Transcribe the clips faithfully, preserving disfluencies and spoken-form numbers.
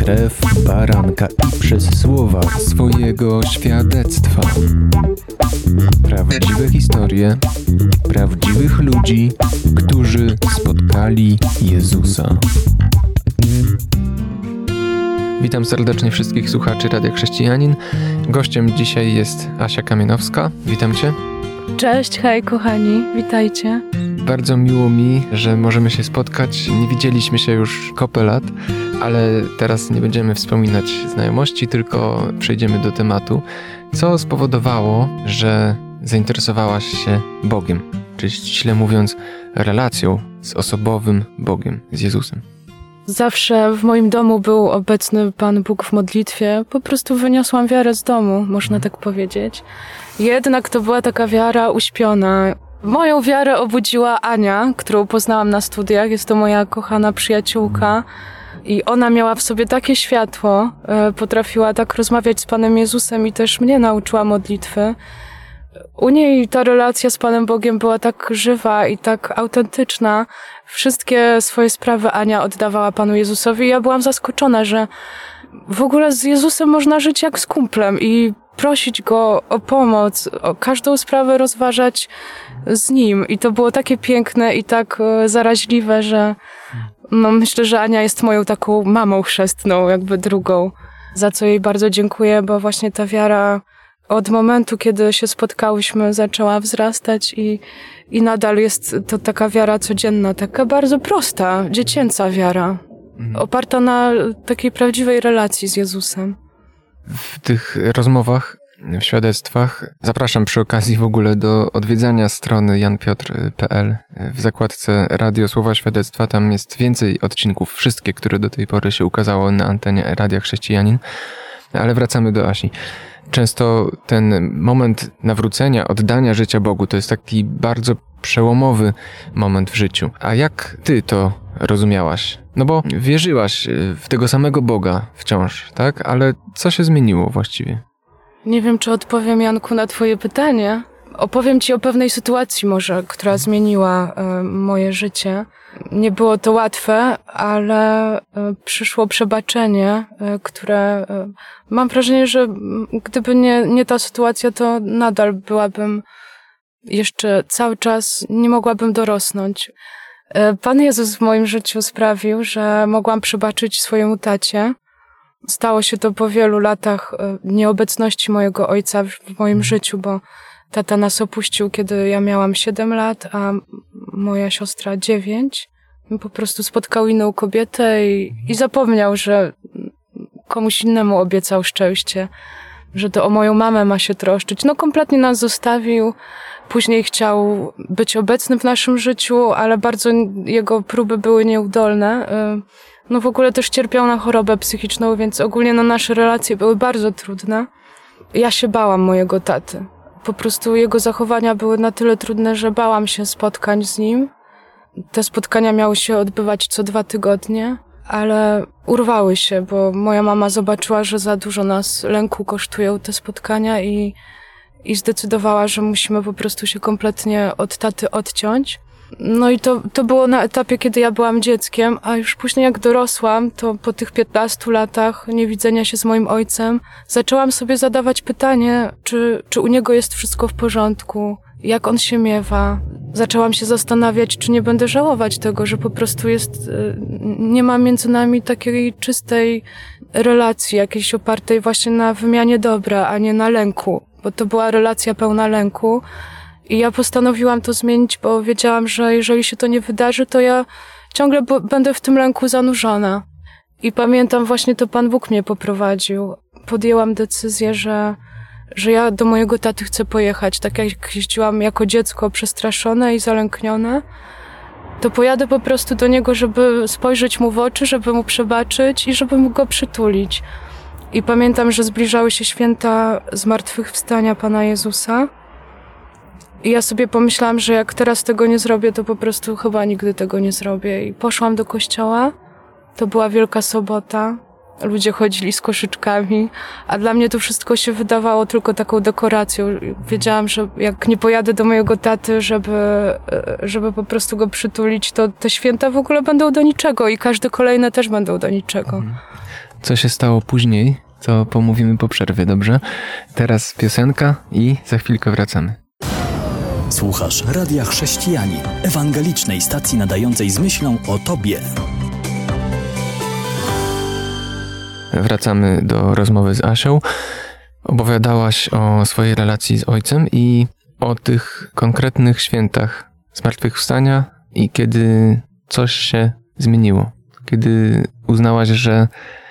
krew baranka i przez słowa swojego świadectwa. Prawdziwe historie prawdziwych ludzi, którzy spotkali Jezusa. Witam serdecznie wszystkich słuchaczy Radia Chrześcijanin. Gościem dzisiaj jest Asia Kamienowska. Witam Cię. Cześć, hej kochani, witajcie. Bardzo miło mi, że możemy się spotkać. Nie widzieliśmy się już kopę lat, ale teraz nie będziemy wspominać znajomości, tylko przejdziemy do tematu. Co spowodowało, że zainteresowałaś się Bogiem? Czyli ściśle mówiąc, relacją z osobowym Bogiem, z Jezusem. Zawsze w moim domu był obecny Pan Bóg w modlitwie. Po prostu wyniosłam wiarę z domu, można hmm. tak powiedzieć. Jednak to była taka wiara uśpiona. Moją wiarę obudziła Ania, którą poznałam na studiach. Jest to moja kochana przyjaciółka. I ona miała w sobie takie światło, potrafiła tak rozmawiać z Panem Jezusem i też mnie nauczyła modlitwy. U niej ta relacja z Panem Bogiem była tak żywa i tak autentyczna. Wszystkie swoje sprawy Ania oddawała Panu Jezusowi i ja byłam zaskoczona, że w ogóle z Jezusem można żyć jak z kumplem i prosić Go o pomoc, o każdą sprawę rozważać z Nim. I to było takie piękne i tak zaraźliwe, że no myślę, że Ania jest moją taką mamą chrzestną, jakby drugą, za co jej bardzo dziękuję, bo właśnie ta wiara od momentu, kiedy się spotkałyśmy, zaczęła wzrastać i, i nadal jest to taka wiara codzienna, taka bardzo prosta, dziecięca wiara, mhm. oparta na takiej prawdziwej relacji z Jezusem. W tych rozmowach, w świadectwach zapraszam przy okazji w ogóle do odwiedzania strony jan piotr kropka p l. W zakładce Radio Słowa Świadectwa tam jest więcej odcinków, wszystkie, które do tej pory się ukazało na antenie Radia Chrześcijanin. Ale wracamy do Asi. Często ten moment nawrócenia, oddania życia Bogu to jest taki bardzo przełomowy moment w życiu. A jak ty to rozumiałaś? No bo wierzyłaś w tego samego Boga wciąż, tak? Ale co się zmieniło właściwie? Nie wiem, czy odpowiem, Janku, na twoje pytanie. Opowiem ci o pewnej sytuacji może, która zmieniła y, moje życie. Nie było to łatwe, ale y, przyszło przebaczenie, y, które y, mam wrażenie, że gdyby nie, nie ta sytuacja, to nadal byłabym jeszcze cały czas, nie mogłabym dorosnąć. Y, Pan Jezus w moim życiu sprawił, że mogłam przebaczyć swojemu tacie. Stało się to po wielu latach y, nieobecności mojego ojca w, w moim życiu, bo tata nas opuścił, kiedy ja miałam siedem lat, a moja siostra dziewięć. Po prostu spotkał inną kobietę i, i zapomniał, że komuś innemu obiecał szczęście, że to o moją mamę ma się troszczyć. No kompletnie nas zostawił. Później chciał być obecny w naszym życiu, ale bardzo jego próby były nieudolne. No w ogóle też cierpiał na chorobę psychiczną, więc ogólnie no, nasze relacje były bardzo trudne. Ja się bałam mojego taty. Po prostu jego zachowania były na tyle trudne, że bałam się spotkań z nim. Te spotkania miały się odbywać co dwa tygodnie, ale urwały się, bo moja mama zobaczyła, że za dużo nas lęku kosztują te spotkania i, i zdecydowała, że musimy po prostu się kompletnie od taty odciąć. No i to, to było na etapie, kiedy ja byłam dzieckiem, a już później jak dorosłam, to po tych piętnastu latach niewidzenia się z moim ojcem, zaczęłam sobie zadawać pytanie, czy, czy u niego jest wszystko w porządku, jak on się miewa. Zaczęłam się zastanawiać, czy nie będę żałować tego, że po prostu jest, nie ma między nami takiej czystej relacji, jakiejś opartej właśnie na wymianie dobra, a nie na lęku, bo to była relacja pełna lęku. I ja postanowiłam to zmienić, bo wiedziałam, że jeżeli się to nie wydarzy, to ja ciągle b- będę w tym lęku zanurzona. I pamiętam, właśnie to Pan Bóg mnie poprowadził. Podjęłam decyzję, że, że ja do mojego taty chcę pojechać. Tak jak jeździłam jako dziecko przestraszone i zalęknione, to pojadę po prostu do niego, żeby spojrzeć mu w oczy, żeby mu przebaczyć i żeby mu go przytulić. I pamiętam, że zbliżały się święta zmartwychwstania Pana Jezusa. I ja sobie pomyślałam, że jak teraz tego nie zrobię, to po prostu chyba nigdy tego nie zrobię. I poszłam do kościoła. To była Wielka Sobota. Ludzie chodzili z koszyczkami, a dla mnie to wszystko się wydawało tylko taką dekoracją. Wiedziałam, że jak nie pojadę do mojego taty, żeby, żeby po prostu go przytulić, to te święta w ogóle będą do niczego i każde kolejne też będą do niczego. co się stało później, to pomówimy po przerwie, dobrze? Teraz piosenka i za chwilkę wracamy. Słuchasz Radia Chrześcijanin, ewangelicznej stacji nadającej z myślą o Tobie. Wracamy do rozmowy z Asią. Opowiadałaś o swojej relacji z ojcem i o tych konkretnych świętach zmartwychwstania i kiedy coś się zmieniło. Kiedy uznałaś, że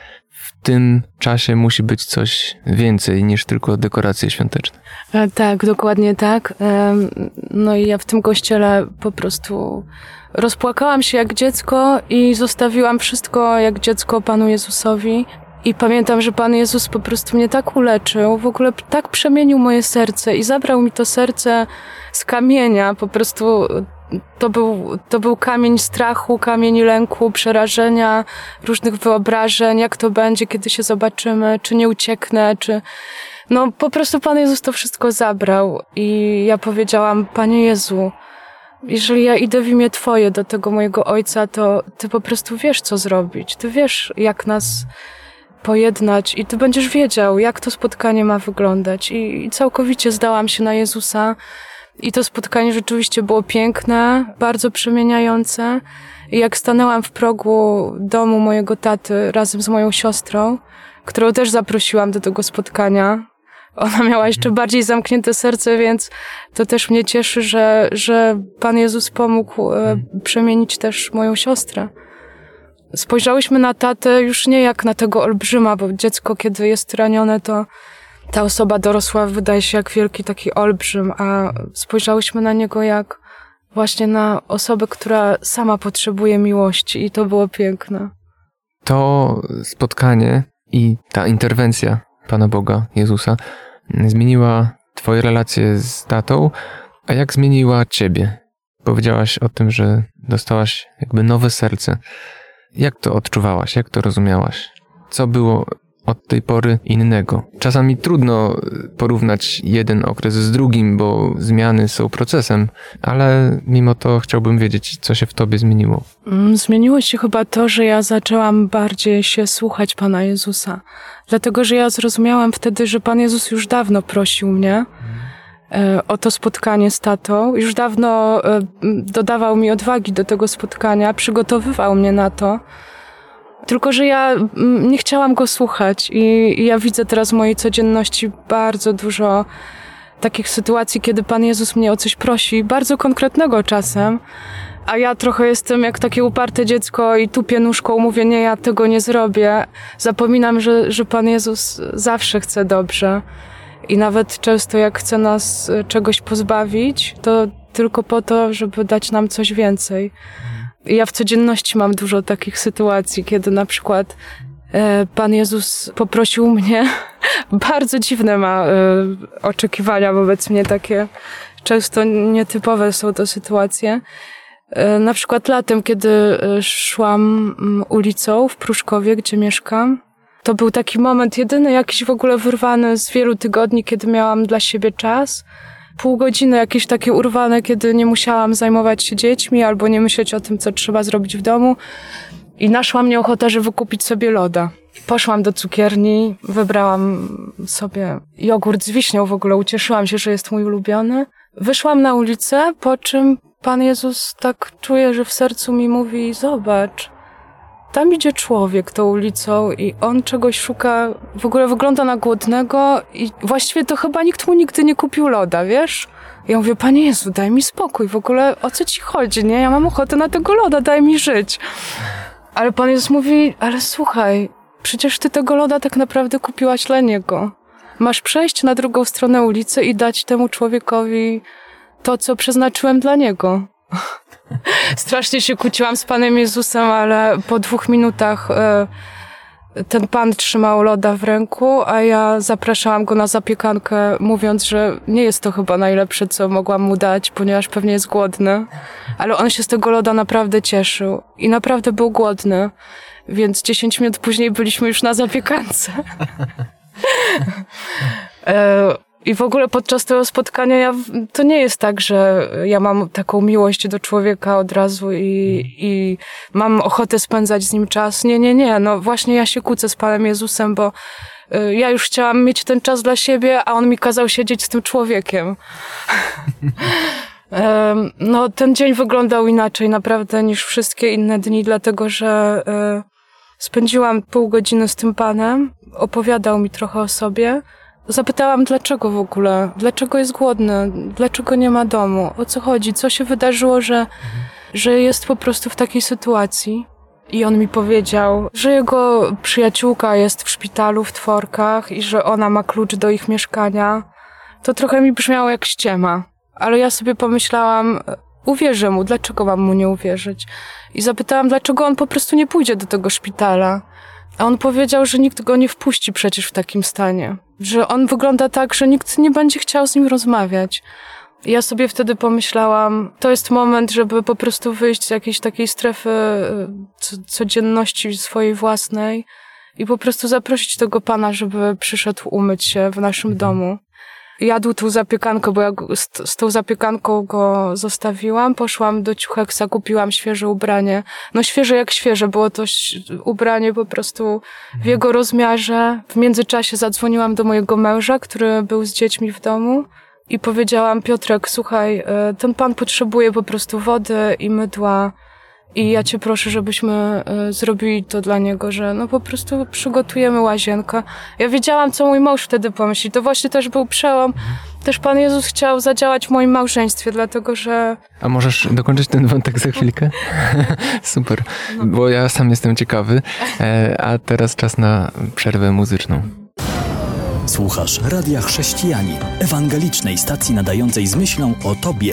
w tym czasie musi być coś więcej niż tylko dekoracje świąteczne. E, tak, dokładnie tak. E, no i ja w tym kościele po prostu rozpłakałam się jak dziecko i zostawiłam wszystko jak dziecko Panu Jezusowi. I pamiętam, że Pan Jezus po prostu mnie tak uleczył, w ogóle tak przemienił moje serce i zabrał mi to serce z kamienia. Po prostu to był, to był kamień strachu, kamień lęku, przerażenia, różnych wyobrażeń, jak to będzie, kiedy się zobaczymy, czy nie ucieknę, czy... No po prostu Pan Jezus to wszystko zabrał i ja powiedziałam: Panie Jezu, jeżeli ja idę w imię Twoje do tego mojego Ojca, to Ty po prostu wiesz, co zrobić. Ty wiesz, jak nas pojednać i Ty będziesz wiedział, jak to spotkanie ma wyglądać. I, i całkowicie zdałam się na Jezusa. I to spotkanie rzeczywiście było piękne, bardzo przemieniające. I jak stanęłam w progu domu mojego taty razem z moją siostrą, którą też zaprosiłam do tego spotkania, ona miała jeszcze bardziej zamknięte serce, więc to też mnie cieszy, że, że Pan Jezus pomógł e, przemienić też moją siostrę. Spojrzałyśmy na tatę już nie jak na tego olbrzyma, bo dziecko, kiedy jest ranione, to ta osoba dorosła wydaje się jak wielki taki olbrzym, a spojrzałyśmy na niego jak właśnie na osobę, która sama potrzebuje miłości i to było piękne. To spotkanie i ta interwencja Pana Boga, Jezusa, zmieniła Twoje relacje z tatą, a jak zmieniła Ciebie? Powiedziałaś o tym, że dostałaś jakby nowe serce. Jak to odczuwałaś? Jak to rozumiałaś? Co było od tej pory innego? Czasami trudno porównać jeden okres z drugim, bo zmiany są procesem, ale mimo to chciałbym wiedzieć, co się w Tobie zmieniło. Zmieniło się chyba to, że ja zaczęłam bardziej się słuchać Pana Jezusa. Dlatego, że ja zrozumiałam wtedy, że Pan Jezus już dawno prosił mnie o to spotkanie z tatą. Już dawno dodawał mi odwagi do tego spotkania, przygotowywał mnie na to. Tylko że ja nie chciałam go słuchać i ja widzę teraz w mojej codzienności bardzo dużo takich sytuacji, kiedy Pan Jezus mnie o coś prosi, bardzo konkretnego czasem, a ja trochę jestem jak takie uparte dziecko i tupię nóżką, mówię: nie, ja tego nie zrobię. Zapominam, że, że Pan Jezus zawsze chce dobrze. I nawet często jak chce nas czegoś pozbawić, to tylko po to, żeby dać nam coś więcej. I ja w codzienności mam dużo takich sytuacji, kiedy na przykład e, Pan Jezus poprosił mnie, bardzo dziwne ma e, oczekiwania wobec mnie, takie często nietypowe są to sytuacje. E, na przykład latem, kiedy szłam ulicą w Pruszkowie, gdzie mieszkam, to był taki moment jedyny jakiś w ogóle wyrwany z wielu tygodni, kiedy miałam dla siebie czas. Pół godziny jakieś takie urwane, kiedy nie musiałam zajmować się dziećmi albo nie myśleć o tym, co trzeba zrobić w domu. I naszła mnie ochota, żeby kupić sobie loda. Poszłam do cukierni, wybrałam sobie jogurt z wiśnią, w ogóle ucieszyłam się, że jest mój ulubiony. Wyszłam na ulicę, po czym Pan Jezus tak czuje, że w sercu mi mówi: zobacz, tam idzie człowiek tą ulicą i on czegoś szuka, w ogóle wygląda na głodnego i właściwie to chyba nikt mu nigdy nie kupił loda, wiesz? Ja mówię: Panie Jezu, daj mi spokój, w ogóle o co ci chodzi, nie? Ja mam ochotę na tego loda, daj mi żyć. Ale Pan Jezus mówi: ale słuchaj, przecież ty tego loda tak naprawdę kupiłaś dla niego. Masz przejść na drugą stronę ulicy i dać temu człowiekowi to, co przeznaczyłem dla niego. Strasznie się kłóciłam z Panem Jezusem, ale po dwóch minutach e, ten Pan trzymał loda w ręku, a ja zapraszałam go na zapiekankę, mówiąc, że nie jest to chyba najlepsze, co mogłam mu dać, ponieważ pewnie jest głodny. Ale on się z tego loda naprawdę cieszył i naprawdę był głodny, więc dziesięć minut później byliśmy już na zapiekance. e, I w ogóle podczas tego spotkania ja, to nie jest tak, że ja mam taką miłość do człowieka od razu i, i mam ochotę spędzać z nim czas. Nie, nie, nie. No właśnie ja się kłócę z Panem Jezusem, bo ja już chciałam mieć ten czas dla siebie, a on mi kazał siedzieć z tym człowiekiem. No ten dzień wyglądał inaczej naprawdę niż wszystkie inne dni, dlatego że spędziłam pół godziny z tym panem, opowiadał mi trochę o sobie. Zapytałam, dlaczego w ogóle, dlaczego jest głodny, dlaczego nie ma domu, o co chodzi, co się wydarzyło, że, że jest po prostu w takiej sytuacji. I on mi powiedział, że jego przyjaciółka jest w szpitalu w Tworkach i że ona ma klucz do ich mieszkania. To trochę mi brzmiało jak ściema, ale ja sobie pomyślałam, uwierzę mu, dlaczego mam mu nie uwierzyć? I zapytałam, dlaczego on po prostu nie pójdzie do tego szpitala. A on powiedział, że nikt go nie wpuści przecież w takim stanie. Że on wygląda tak, że nikt nie będzie chciał z nim rozmawiać. I ja sobie wtedy pomyślałam, to jest moment, żeby po prostu wyjść z jakiejś takiej strefy codzienności swojej własnej i po prostu zaprosić tego pana, żeby przyszedł umyć się w naszym domu. Jadł tą zapiekankę, bo ja z, z tą zapiekanką go zostawiłam. Poszłam do Ciucheksa, kupiłam świeże ubranie. No świeże jak świeże, było to ubranie po prostu w jego rozmiarze. W międzyczasie zadzwoniłam do mojego męża, który był z dziećmi w domu i powiedziałam, Piotrek, słuchaj, ten pan potrzebuje po prostu wody i mydła i ja cię proszę, żebyśmy zrobili to dla niego, że no po prostu przygotujemy łazienkę. Ja wiedziałam, co mój mąż wtedy pomyśli. To właśnie też był przełom. Też Pan Jezus chciał zadziałać w moim małżeństwie, dlatego że... A możesz dokończyć ten wątek za chwilkę? Super, no. Bo ja sam jestem ciekawy. A teraz czas na przerwę muzyczną. Słuchasz Radia Chrześcijani, ewangelicznej stacji nadającej z myślą o Tobie.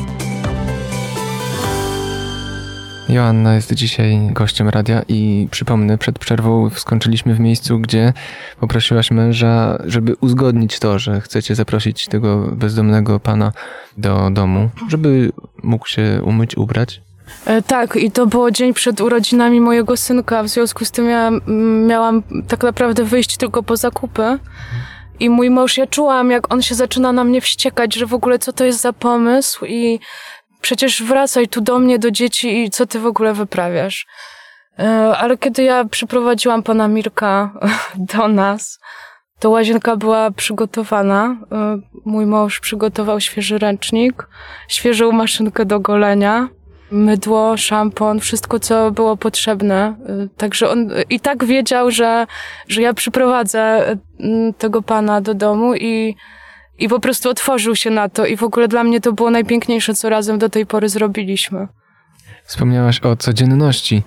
Joanna jest dzisiaj gościem radia i przypomnę, przed przerwą skończyliśmy w miejscu, gdzie poprosiłaś męża, żeby uzgodnić to, że chcecie zaprosić tego bezdomnego pana do domu, żeby mógł się umyć, ubrać. E, tak, i to było dzień przed urodzinami mojego synka, w związku z tym ja miałam tak naprawdę wyjść tylko po zakupy. I mój mąż, ja czułam, jak on się zaczyna na mnie wściekać, że w ogóle co to jest za pomysł i przecież wracaj tu do mnie, do dzieci i co ty w ogóle wyprawiasz. Ale kiedy ja przyprowadziłam pana Mirka do nas, to łazienka była przygotowana. Mój mąż przygotował świeży ręcznik, świeżą maszynkę do golenia, mydło, szampon, wszystko, co było potrzebne. Także on i tak wiedział, że, że ja przyprowadzę tego pana do domu i I po prostu otworzył się na to i w ogóle dla mnie to było najpiękniejsze, co razem do tej pory zrobiliśmy. Wspomniałaś o codzienności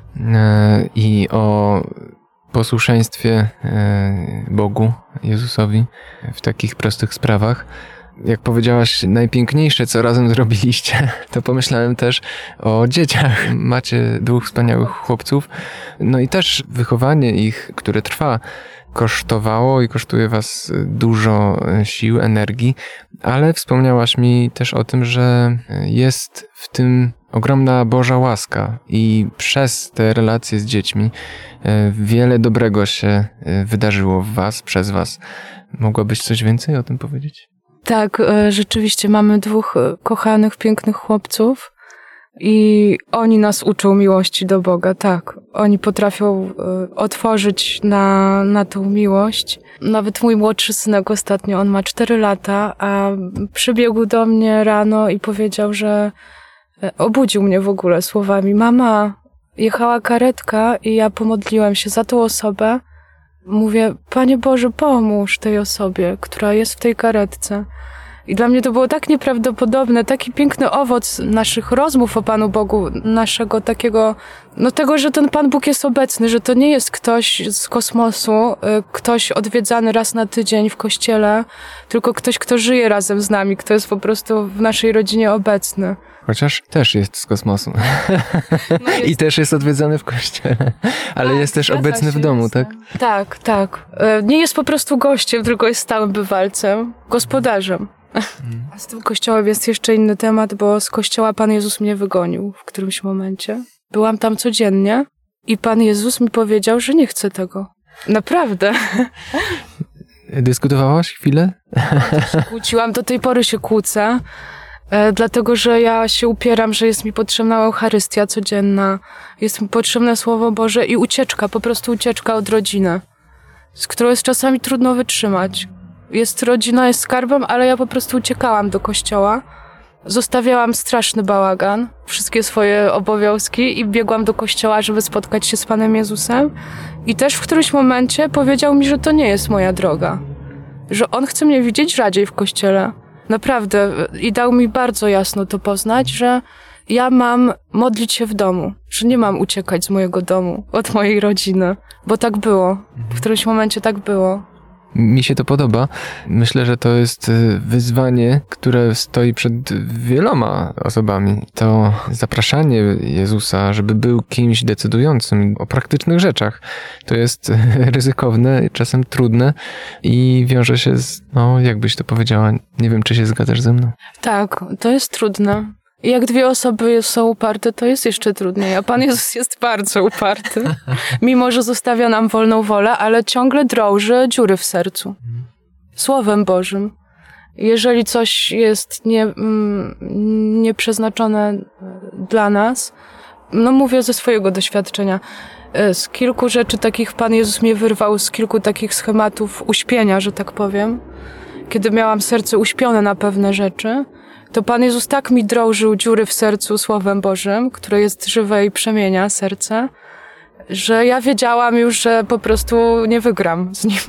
i o posłuszeństwie Bogu, Jezusowi w takich prostych sprawach. Jak powiedziałaś, najpiękniejsze, co razem zrobiliście, to pomyślałem też o dzieciach. Macie dwóch wspaniałych chłopców, no i też wychowanie ich, które trwa, kosztowało i kosztuje was dużo sił, energii, ale wspomniałaś mi też o tym, że jest w tym ogromna Boża łaska i przez te relacje z dziećmi wiele dobrego się wydarzyło w was, przez was. Mogłabyś coś więcej o tym powiedzieć? Tak, rzeczywiście mamy dwóch kochanych, pięknych chłopców. I oni nas uczą miłości do Boga, tak. Oni potrafią y, otworzyć na, na tą miłość. Nawet mój młodszy synek ostatnio, on ma cztery lata, a przybiegł do mnie rano i powiedział, że y, obudził mnie w ogóle słowami: mama, jechała karetka i ja pomodliłem się za tą osobę. Mówię: Panie Boże, pomóż tej osobie, która jest w tej karetce. I dla mnie to było tak nieprawdopodobne, taki piękny owoc naszych rozmów o Panu Bogu, naszego takiego, no tego, że ten Pan Bóg jest obecny, że to nie jest ktoś z kosmosu, ktoś odwiedzany raz na tydzień w kościele, tylko ktoś, kto żyje razem z nami, kto jest po prostu w naszej rodzinie obecny. Chociaż też jest z kosmosu. No jest... I też jest odwiedzany w kościele. Ale tak, jest też obecny w domu, tak? Tak, tak. Nie jest po prostu gościem, tylko jest stałym bywalcem, gospodarzem. A z tym kościołem jest jeszcze inny temat, bo z kościoła Pan Jezus mnie wygonił w którymś momencie. Byłam tam codziennie i Pan Jezus mi powiedział, że nie chce tego. Naprawdę. Dyskutowałaś chwilę? Kłóciłam, do tej pory się kłócę, e, dlatego że ja się upieram, że jest mi potrzebna Eucharystia codzienna, jest mi potrzebne Słowo Boże i ucieczka, po prostu ucieczka od rodziny, z którą jest czasami trudno wytrzymać. Jest rodzina, jest skarbem, ale ja po prostu uciekałam do kościoła. Zostawiałam straszny bałagan, wszystkie swoje obowiązki i biegłam do kościoła, żeby spotkać się z Panem Jezusem. I też w którymś momencie powiedział mi, że to nie jest moja droga. Że On chce mnie widzieć rzadziej w kościele. Naprawdę. I dał mi bardzo jasno to poznać, że ja mam modlić się w domu. Że nie mam uciekać z mojego domu, od mojej rodziny. Bo tak było. W którymś momencie tak było. Mi się to podoba. Myślę, że to jest wyzwanie, które stoi przed wieloma osobami. To zapraszanie Jezusa, żeby był kimś decydującym o praktycznych rzeczach. To jest ryzykowne, czasem trudne i wiąże się z, no jakbyś to powiedziała, nie wiem, czy się zgadzasz ze mną? Tak, to jest trudne. I jak dwie osoby są uparte, to jest jeszcze trudniej. A Pan Jezus jest bardzo uparty. Mimo że zostawia nam wolną wolę, ale ciągle drąży dziury w sercu. Słowem Bożym. Jeżeli coś jest nie, mm, nieprzeznaczone dla nas, no mówię ze swojego doświadczenia, z kilku rzeczy takich Pan Jezus mnie wyrwał, z kilku takich schematów uśpienia, że tak powiem. Kiedy miałam serce uśpione na pewne rzeczy, to Pan Jezus tak mi drążył dziury w sercu Słowem Bożym, które jest żywe i przemienia serce, że ja wiedziałam już, że po prostu nie wygram z nim.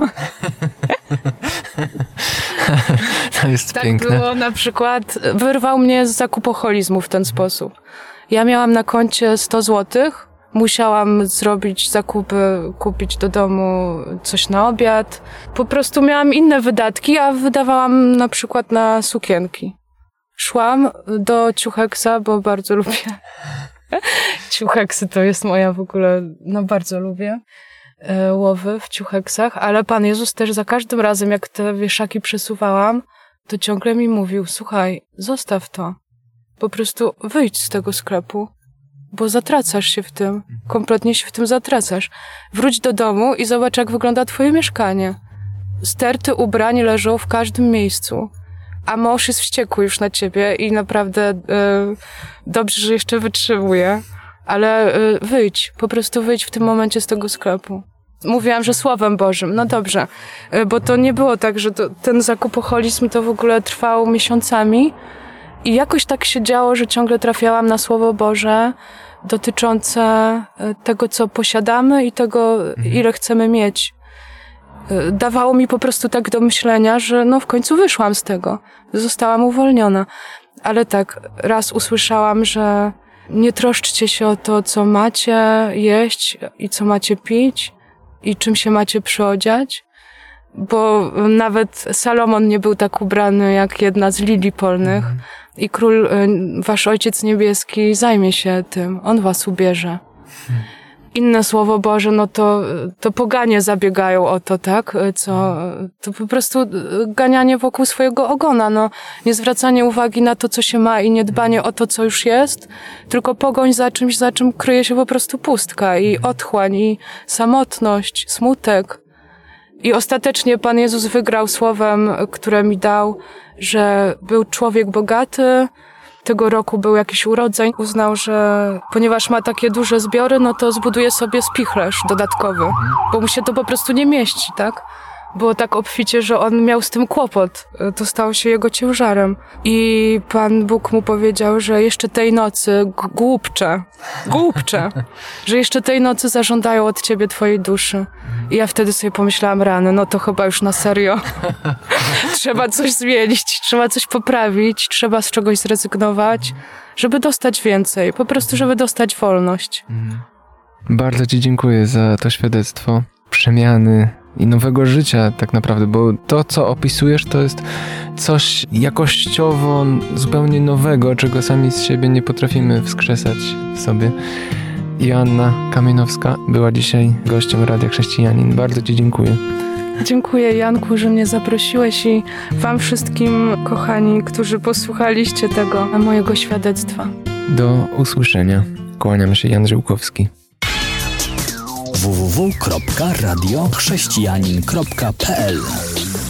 To jest tak piękne. Tak było na przykład, wyrwał mnie z zakupoholizmu w ten sposób. Ja miałam na koncie sto złotych, musiałam zrobić zakupy, kupić do domu coś na obiad. Po prostu miałam inne wydatki, a wydawałam na przykład na sukienki. Szłam do Ciucheksa, bo bardzo lubię. Ciucheksy to jest moja w ogóle, no bardzo lubię e, łowy w Ciucheksach, ale Pan Jezus też za każdym razem, jak te wieszaki przesuwałam, to ciągle mi mówił, słuchaj, zostaw to. Po prostu wyjdź z tego sklepu, bo zatracasz się w tym. Kompletnie się w tym zatracasz. Wróć do domu i zobacz, jak wygląda twoje mieszkanie. Sterty ubrań leżą w każdym miejscu. A mąż jest wściekły już na ciebie i naprawdę y, dobrze, że jeszcze wytrzymuje, ale y, wyjdź, po prostu wyjdź w tym momencie z tego sklepu. Mówiłam, że Słowem Bożym, no dobrze, y, bo to nie było tak, że to, ten zakupoholizm to w ogóle trwał miesiącami i jakoś tak się działo, że ciągle trafiałam na Słowo Boże dotyczące tego, co posiadamy i tego, ile chcemy mieć. Dawało mi po prostu tak do myślenia, że no w końcu wyszłam z tego. Zostałam uwolniona. Ale tak, raz usłyszałam, że nie troszczcie się o to, co macie jeść i co macie pić i czym się macie przyodziać, bo nawet Salomon nie był tak ubrany jak jedna z lilii polnych i król, wasz Ojciec Niebieski, zajmie się tym. On was ubierze. Inne Słowo Boże, no to, to poganie zabiegają o to, tak? Co, to po prostu ganianie wokół swojego ogona, no. Nie zwracanie uwagi na to, co się ma i nie dbanie o to, co już jest, tylko pogoń za czymś, za czym kryje się po prostu pustka i otchłań, i samotność, smutek. I ostatecznie Pan Jezus wygrał słowem, które mi dał, że był człowiek bogaty. Tego roku był jakiś urodzeń. Uznał, że ponieważ ma takie duże zbiory, no to zbuduje sobie spichlerz dodatkowy, bo mu się to po prostu nie mieści, tak? Było tak obficie, że on miał z tym kłopot. To stało się jego ciężarem. I Pan Bóg mu powiedział, że jeszcze tej nocy, g- głupcze, głupcze, że jeszcze tej nocy zażądają od ciebie twojej duszy. I ja wtedy sobie pomyślałam, rany, no to chyba już na serio. Trzeba coś zmienić, trzeba coś poprawić, trzeba z czegoś zrezygnować, żeby dostać więcej, po prostu, żeby dostać wolność. Bardzo ci dziękuję za to świadectwo przemiany i nowego życia tak naprawdę, bo to, co opisujesz, to jest coś jakościowo zupełnie nowego, czego sami z siebie nie potrafimy wskrzesać w sobie. Joanna Kamienowska była dzisiaj gościem Radia Chrześcijanin. Bardzo ci dziękuję. Dziękuję, Janku, że mnie zaprosiłeś i wam wszystkim, kochani, którzy posłuchaliście tego mojego świadectwa. Do usłyszenia. Kłaniam się, Jan Żyłkowski. w w w kropka radio chrześcijanin kropka p l.